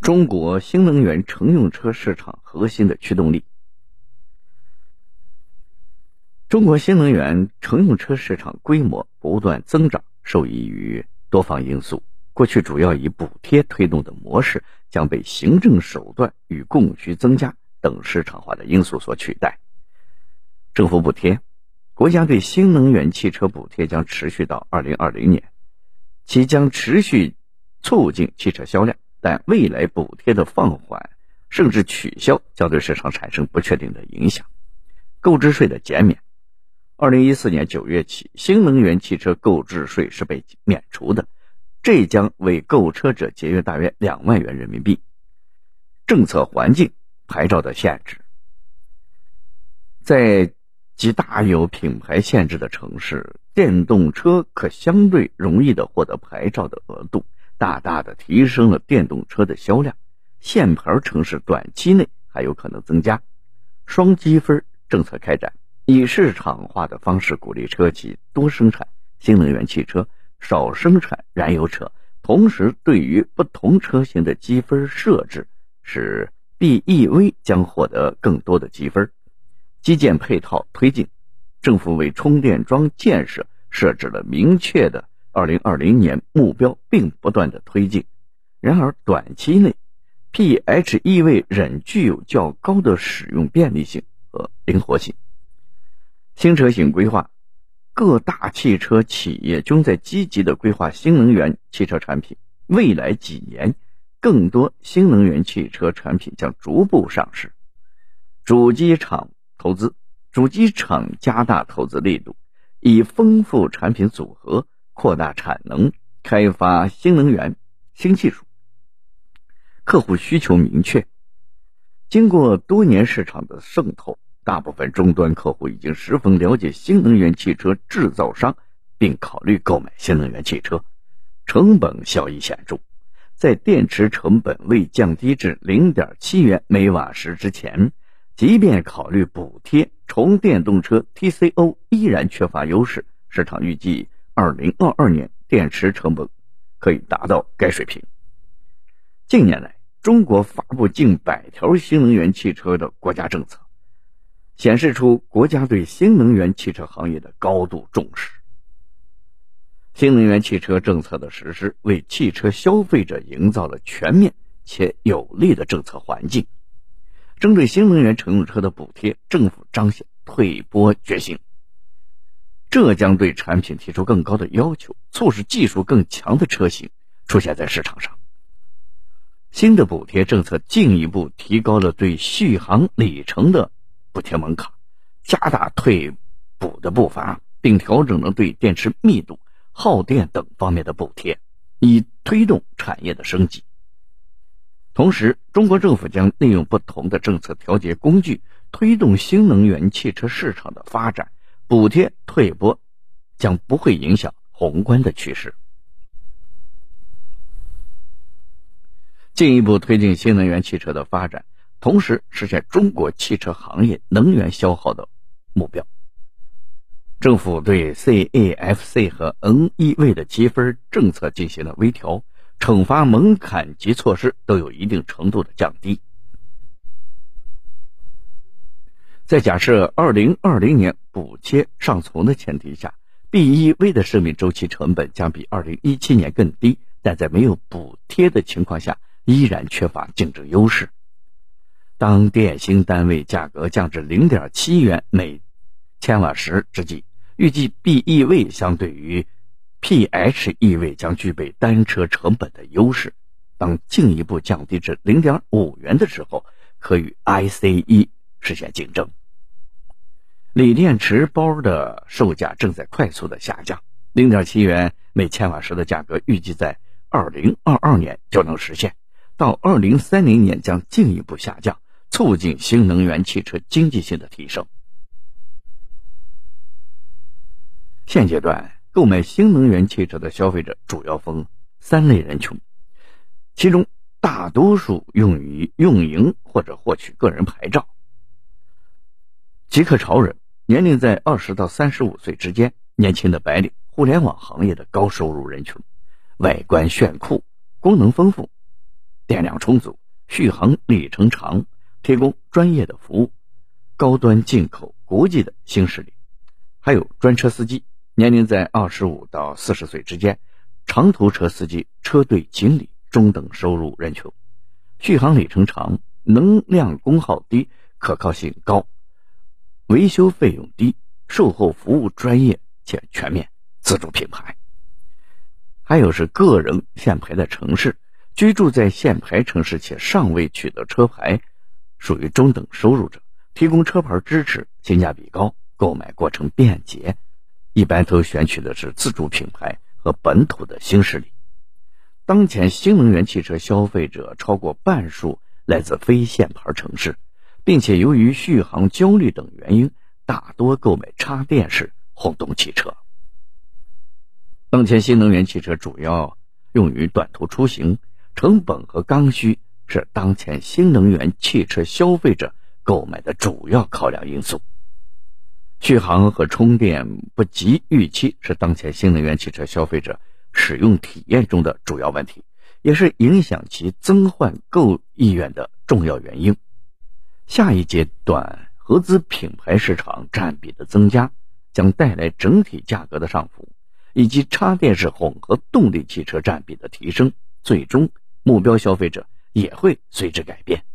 中国新能源乘用车市场核心的驱动力。中国新能源乘用车市场规模不断增长，受益于多方因素。过去主要以补贴推动的模式将被行政手段与供需增加等市场化的因素所取代。政府补贴，国家对新能源汽车补贴将持续到2020年，其将持续促进汽车销量，但未来补贴的放缓甚至取消将对市场产生不确定的影响。购置税的减免，2014年9月起，新能源汽车购置税是被免除的，这将为购车者节约大约2万元人民币。政策环境，牌照的限制，在极大有品牌限制的城市，电动车可相对容易地获得牌照的额度，大大地提升了电动车的销量。限牌城市短期内还有可能增加。双积分政策开展，以市场化的方式鼓励车企多生产新能源汽车，少生产燃油车，同时对于不同车型的积分设置，使 BEV 将获得更多的积分。基建配套推进，政府为充电桩建设设置了明确的2020年目标，并不断的推进。然而短期内 PHEV 仍具有较高的使用便利性和灵活性。新车型规划，各大汽车企业均在积极的规划新能源汽车产品，未来几年更多新能源汽车产品将逐步上市。主机厂加大投资力度，以丰富产品组合，扩大产能，开发新能源新技术。客户需求明确，经过多年市场的渗透，大部分终端客户已经十分了解新能源汽车制造商，并考虑购买新能源汽车，成本效益显著。在电池成本未降低至 0.7 元每瓦时之前，即便考虑补贴，纯电动车 TCO 依然缺乏优势。市场预计2022年电池成本可以达到该水平。近年来，中国发布近100条新能源汽车的国家政策，显示出国家对新能源汽车行业的高度重视。新能源汽车政策的实施，为汽车消费者营造了全面且有利的政策环境。针对新能源乘用车的补贴，政府彰显退波决心，这将对产品提出更高的要求，促使技术更强的车型出现在市场上。新的补贴政策进一步提高了对续航里程的补贴门槛，加大退补的步伐，并调整了对电池密度、耗电等方面的补贴，以推动产业的升级。同时，中国政府将利用不同的政策调节工具，推动新能源汽车市场的发展。补贴退波将不会影响宏观的趋势。进一步推进新能源汽车的发展，同时实现中国汽车行业能源消耗的目标。政府对 CAFC 和 NEV 的积分政策进行了微调，惩罚门槛及措施都有一定程度的降低。在假设2020年补贴尚存的前提下， BEV 的生命周期成本将比2017年更低，但在没有补贴的情况下依然缺乏竞争优势。当电芯单位价格降至 0.7 元每千瓦时之际，预计 BEV 相对于 PHEV 将具备单车成本的优势。当进一步降低至 0.5 元的时候，可与 ICE 实现竞争。锂电池包的售价正在快速的下降， 0.7 元每千瓦时的价格预计在2022年就能实现，到2030年将进一步下降，促进新能源汽车经济性的提升。现阶段购买新能源汽车的消费者主要分3类人群，其中大多数用于运营或者获取个人牌照。极客潮人，年龄在20到35岁之间，年轻的白领，互联网行业的高收入人群，外观炫酷，功能丰富， 电量充足，续航里程长，提供专业的服务，高端进口国际的新势力。还有专车司机，年龄在25到40岁之间，长途车司机、车队经理中等收入人群，续航里程长，能量功耗低，可靠性高，维修费用低，售后服务专业且全面，自主品牌。还有是个人限牌的城市，居住在限牌城市且尚未取得车牌，属于中等收入者，提供车牌支持，性价比高，购买过程便捷，一般都选取的是自主品牌和本土的新势力。当前新能源汽车消费者超过半数来自非限牌城市，并且由于续航焦虑等原因，大多购买插电式混动汽车。当前新能源汽车主要用于短途出行，成本和刚需是当前新能源汽车消费者购买的主要考量因素。续航和充电不及预期是当前新能源汽车消费者使用体验中的主要问题，也是影响其增换购意愿的重要原因。下一阶段合资品牌市场占比的增加，将带来整体价格的上浮，以及插电式混合动力汽车占比的提升，最终目标消费者也会随之改变。